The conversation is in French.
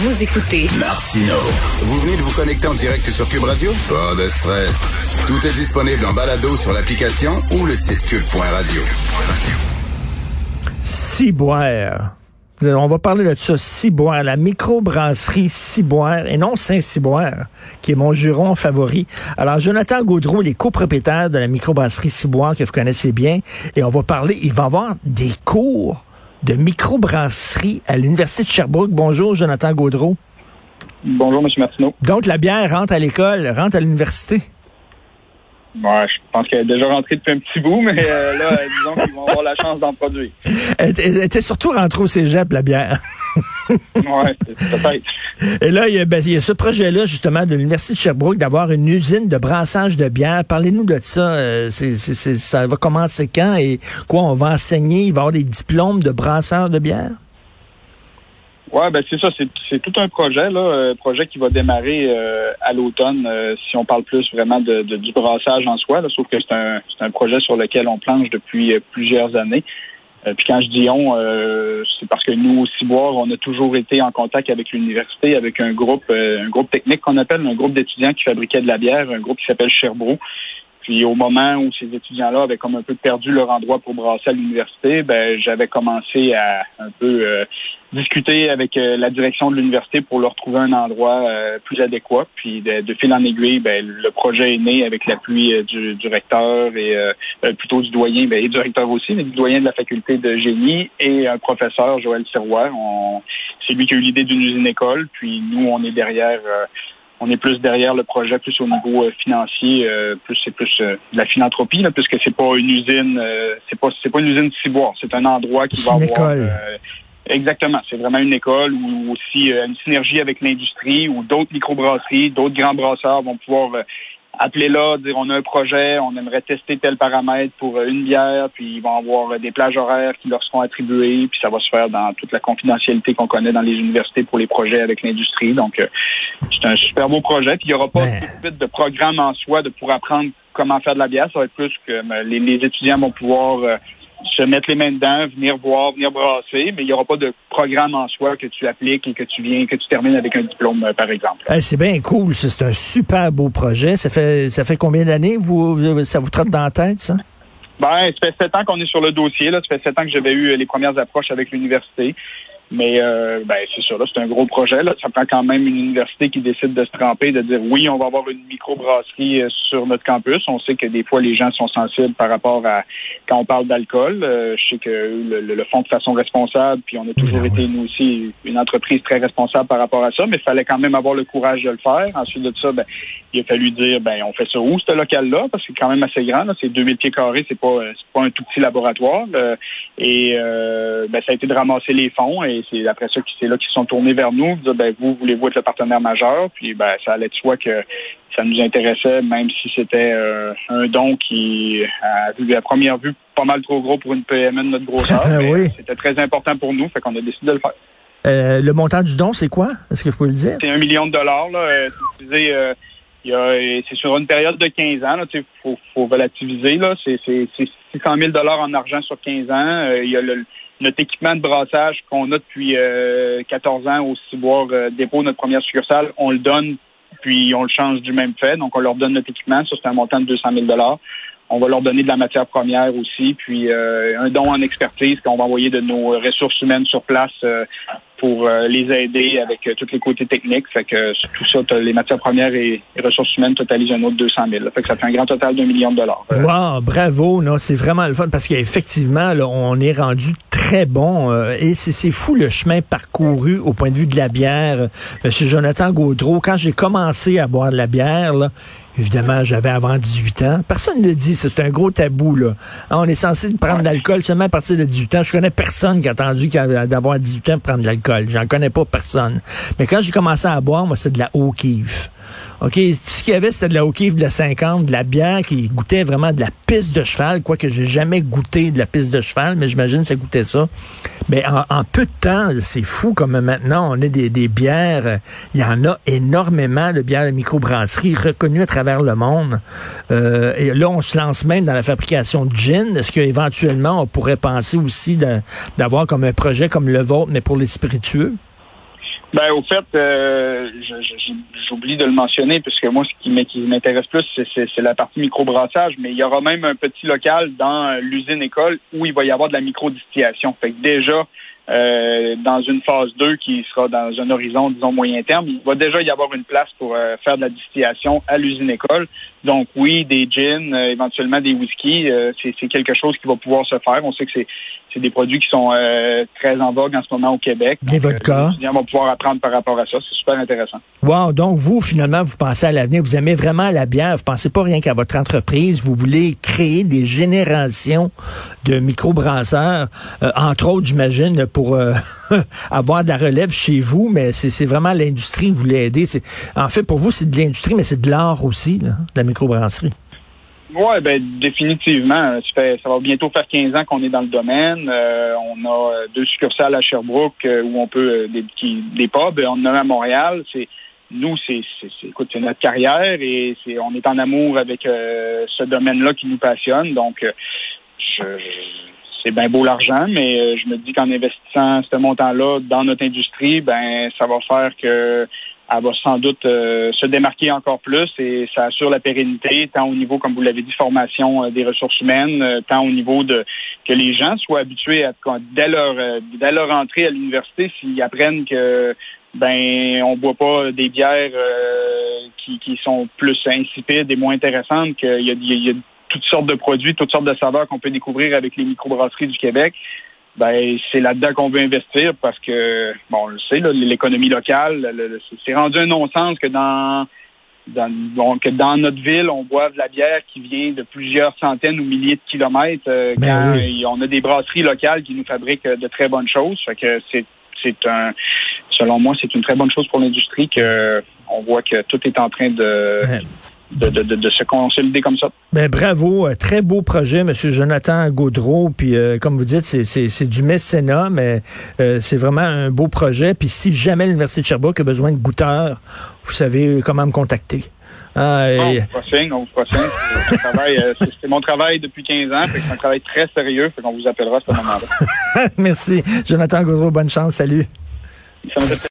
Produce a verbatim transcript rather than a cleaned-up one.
Vous écoutez Martino. Vous venez de vous connecter en direct sur Cube Radio? Pas de stress. Tout est disponible en balado sur l'application ou le site cube point radio. Ciboire. On va parler de ça, Ciboire, la microbrasserie Ciboire, et non Saint-Ciboire, qui est mon juron favori. Alors, Jonathan Gaudreau, il est copropriétaire de la microbrasserie Ciboire, que vous connaissez bien, et on va parler, il va y avoir des cours de microbrasserie à l'Université de Sherbrooke. Bonjour, Jonathan Gaudreau. Bonjour, M. Martineau. Donc, la bière rentre à l'école, rentre à l'université. Ouais, je pense qu'elle est déjà rentrée depuis un petit bout, mais euh, là, disons qu'ils vont avoir la chance d'en produire. Elle, elle était surtout rentrée au cégep, la bière. Ouais, peut-être. Et là, il y, a, ben, il y a ce projet-là, justement, de l'Université de Sherbrooke, d'avoir une usine de brassage de bière. Parlez-nous de ça. Euh, c'est, c'est, c'est, ça va commencer quand et quoi, on va enseigner? Il va y avoir des diplômes de brasseurs de bière? Ouais, ben c'est ça, c'est, c'est tout un projet, là, un projet qui va démarrer euh, à l'automne, euh, si on parle plus vraiment de, de du brassage en soi, là, sauf que c'est un c'est un projet sur lequel on planche depuis euh, plusieurs années. Euh, puis quand je dis on, euh, c'est parce que nous, au Ciboire, on a toujours été en contact avec l'université, avec un groupe, euh, un groupe technique qu'on appelle, un groupe d'étudiants qui fabriquaient de la bière, un groupe qui s'appelle Sherbrooke. Puis au moment où ces étudiants-là avaient comme un peu perdu leur endroit pour brasser à l'université, ben j'avais commencé à un peu euh, discuter avec euh, la direction de l'université pour leur trouver un endroit euh, plus adéquat. Puis de, de fil en aiguille, ben le projet est né avec l'appui euh, du, du recteur et euh, plutôt du doyen, ben, et du recteur aussi, mais du doyen de la faculté de génie et un professeur, Joël Sirois. On, c'est lui qui a eu l'idée d'une usine-école. Puis nous, on est derrière. Euh, On est plus derrière le projet, plus au niveau euh, financier, euh, plus c'est plus euh, de la philanthropie, là, puisque c'est pas une usine, euh, c'est pas c'est pas une usine de Ciboire, c'est un endroit qui c'est va une avoir école. Euh, exactement, c'est vraiment une école ou aussi euh, une synergie avec l'industrie où d'autres microbrasseries, d'autres grands brasseurs vont pouvoir euh, appeler là, dire on a un projet, on aimerait tester tel paramètre pour euh, une bière, puis ils vont avoir euh, des plages horaires qui leur seront attribuées, puis ça va se faire dans toute la confidentialité qu'on connaît dans les universités pour les projets avec l'industrie. Donc, euh, c'est un super beau projet. Puis il n'y aura pas Ben... tout de suite de programme en soi de pour apprendre comment faire de la bière. Ça va être plus que euh, les, les étudiants vont pouvoir euh, se mettre les mains dedans, venir boire, venir brasser, mais il n'y aura pas de programme en soi que tu appliques et que tu viens, que tu termines avec un diplôme, euh, par exemple. Hey, c'est bien cool, ça. C'est un super beau projet. Ça fait ça fait combien d'années vous, vous ça vous trotte dans la tête, ça? Ben, ça fait sept ans qu'on est sur le dossier, là. Ça fait sept ans que j'avais eu les premières approches avec l'université. Mais euh, ben c'est sûr, là, c'est un gros projet. Là. Ça prend quand même une université qui décide de se tremper, de dire oui, on va avoir une microbrasserie euh, sur notre campus. On sait que des fois, les gens sont sensibles par rapport à quand on parle d'alcool. Euh, je sais que le, le, le font de façon responsable, puis on a toujours ben été, oui. nous aussi, une entreprise très responsable par rapport à ça, mais il fallait quand même avoir le courage de le faire. Ensuite de ça, ben il a fallu dire, ben on fait ça où, ce local-là, parce que c'est quand même assez grand. Là. C'est deux mille pieds carrés, c'est pas c'est pas un tout petit laboratoire. Euh, et euh, ben ça a été de ramasser les fonds, et c'est après ça que c'est là qu'ils se sont tournés vers nous, dire, ben vous voulez-vous être le partenaire majeur, puis ben ça allait de soi que ça nous intéressait, même si c'était euh, un don qui, à, à première vue, pas mal trop gros pour une P M E de notre grosseur. mais Oui. C'était très important pour nous, fait qu'on a décidé de le faire. Euh, le montant du don, c'est quoi? Est-ce que vous pouvez le dire? C'est un million de dollars, là. Euh, tu disais, euh, il y a, c'est sur une période de quinze ans, là, tu sais, faut, faut relativiser, là. C'est, c'est, c'est six cent mille dollars en argent sur quinze ans. Euh, il y a le, notre équipement de brassage qu'on a depuis euh, quatorze ans au Ciboire euh, dépôt, notre première succursale. On le donne, puis on le change du même fait. Donc, on leur donne notre équipement. Ça, c'est un montant de deux cent mille dollars. On va leur donner de la matière première aussi, puis euh, un don en expertise qu'on va envoyer de nos ressources humaines sur place euh, pour euh, les aider avec euh, tous les côtés techniques. Fait que euh, tout ça, les matières premières et les ressources humaines totalisent un autre deux cent mille. Fait que ça fait un grand total d'un million de dollars. Euh, wow, bravo, non, c'est vraiment le fun parce qu'effectivement, là, on est rendu très bon euh, et c'est, c'est fou le chemin parcouru au point de vue de la bière. Monsieur Jonathan Gaudreau, quand j'ai commencé à boire de la bière, là, évidemment, j'avais avant dix-huit ans. Personne ne le dit, ça, c'est un gros tabou, là. Hein, on est censé prendre de l'alcool seulement à partir de dix-huit ans. Je connais personne qui a attendu d'avoir dix-huit ans pour prendre de l'alcool. J'en connais pas personne. Mais quand j'ai commencé à boire, moi, c'est de la O'Keeffe. OK, ce qu'il y avait, c'était de la O'Keeffe de la cinquante, de la bière qui goûtait vraiment de la pisse de cheval, quoique j'ai jamais goûté de la pisse de cheval, mais j'imagine que ça goûtait ça. Mais en, en peu de temps, c'est fou comme maintenant, on a des, des bières, il y en a énormément de bières de microbrasserie reconnues à travers le monde. Euh, et là, on se lance même dans la fabrication de gin. Est-ce qu'éventuellement, on pourrait penser aussi de, d'avoir comme un projet comme le vôtre, mais pour les spiritueux? Ben au fait, euh, je, je, j'oublie de le mentionner puisque moi, ce qui, qui m'intéresse plus, c'est, c'est, c'est la partie microbrassage, mais il y aura même un petit local dans l'usine école où il va y avoir de la microdistillation. Fait que déjà, euh, dans une phase deux qui sera dans un horizon, disons, moyen terme, il va déjà y avoir une place pour euh, faire de la distillation à l'usine école. Donc oui, des gins, euh, éventuellement des whisky, euh, c'est, c'est quelque chose qui va pouvoir se faire. On sait que c'est C'est des produits qui sont euh, très en vogue en ce moment au Québec. Des vodkas. Euh, les étudiants vont pouvoir apprendre par rapport à ça. C'est super intéressant. Wow. Donc, vous, finalement, vous pensez à l'avenir. Vous aimez vraiment la bière. Vous pensez pas rien qu'à votre entreprise. Vous voulez créer des générations de microbrasseurs. Euh, entre autres, j'imagine, pour euh, avoir de la relève chez vous. Mais c'est, c'est vraiment l'industrie que vous voulez aider. C'est, en fait, pour vous, c'est de l'industrie, mais c'est de l'art aussi, là, de la microbrasserie. Oui, ben définitivement. Ça, fait, ça va bientôt faire quinze ans qu'on est dans le domaine. Euh, on a deux succursales à Sherbrooke euh, où on peut euh, des, qui, des pubs. On en a à Montréal. C'est nous, c'est, c'est, c'est écoute, c'est notre carrière et c'est on est en amour avec euh, ce domaine-là qui nous passionne. Donc, euh, je, c'est bien beau l'argent, mais euh, je me dis qu'en investissant ce montant-là dans notre industrie, ben ça va faire que elle va sans doute euh, se démarquer encore plus et ça assure la pérennité, tant au niveau, comme vous l'avez dit, formation euh, des ressources humaines, euh, tant au niveau de que les gens soient habitués à dès leur euh, dès leur entrée à l'université, s'ils apprennent que ben on boit pas des bières euh, qui, qui sont plus insipides et moins intéressantes, qu'il y a, il y a toutes sortes de produits, toutes sortes de saveurs qu'on peut découvrir avec les microbrasseries du Québec. Ben c'est là-dedans qu'on veut investir parce que bon, on le sait, là, l'économie locale, le, le, c'est rendu un non-sens que dans, dans bon, que dans notre ville, on boive de la bière qui vient de plusieurs centaines ou milliers de kilomètres. Euh, ben quand oui. on a des brasseries locales qui nous fabriquent de très bonnes choses, fait que c'est c'est un, selon moi, c'est une très bonne chose pour l'industrie que on voit que tout est en train de ben. De, de, de, de se consolider comme ça. Ben bravo, euh, très beau projet, M. Jonathan Gaudreault. Puis euh, comme vous dites, c'est, c'est, c'est du mécénat, mais euh, c'est vraiment un beau projet. Puis si jamais l'Université de Sherbrooke a besoin de goûteurs, vous savez comment me contacter. Ah, et... On vous fera signe, on vous fera signe. C'est, travail, euh, c'est, c'est mon travail depuis quinze ans, fait que c'est un travail très sérieux, fait qu'on vous appellera à ce moment-là. Merci. Jonathan Gaudreault, bonne chance, salut. Ça me fait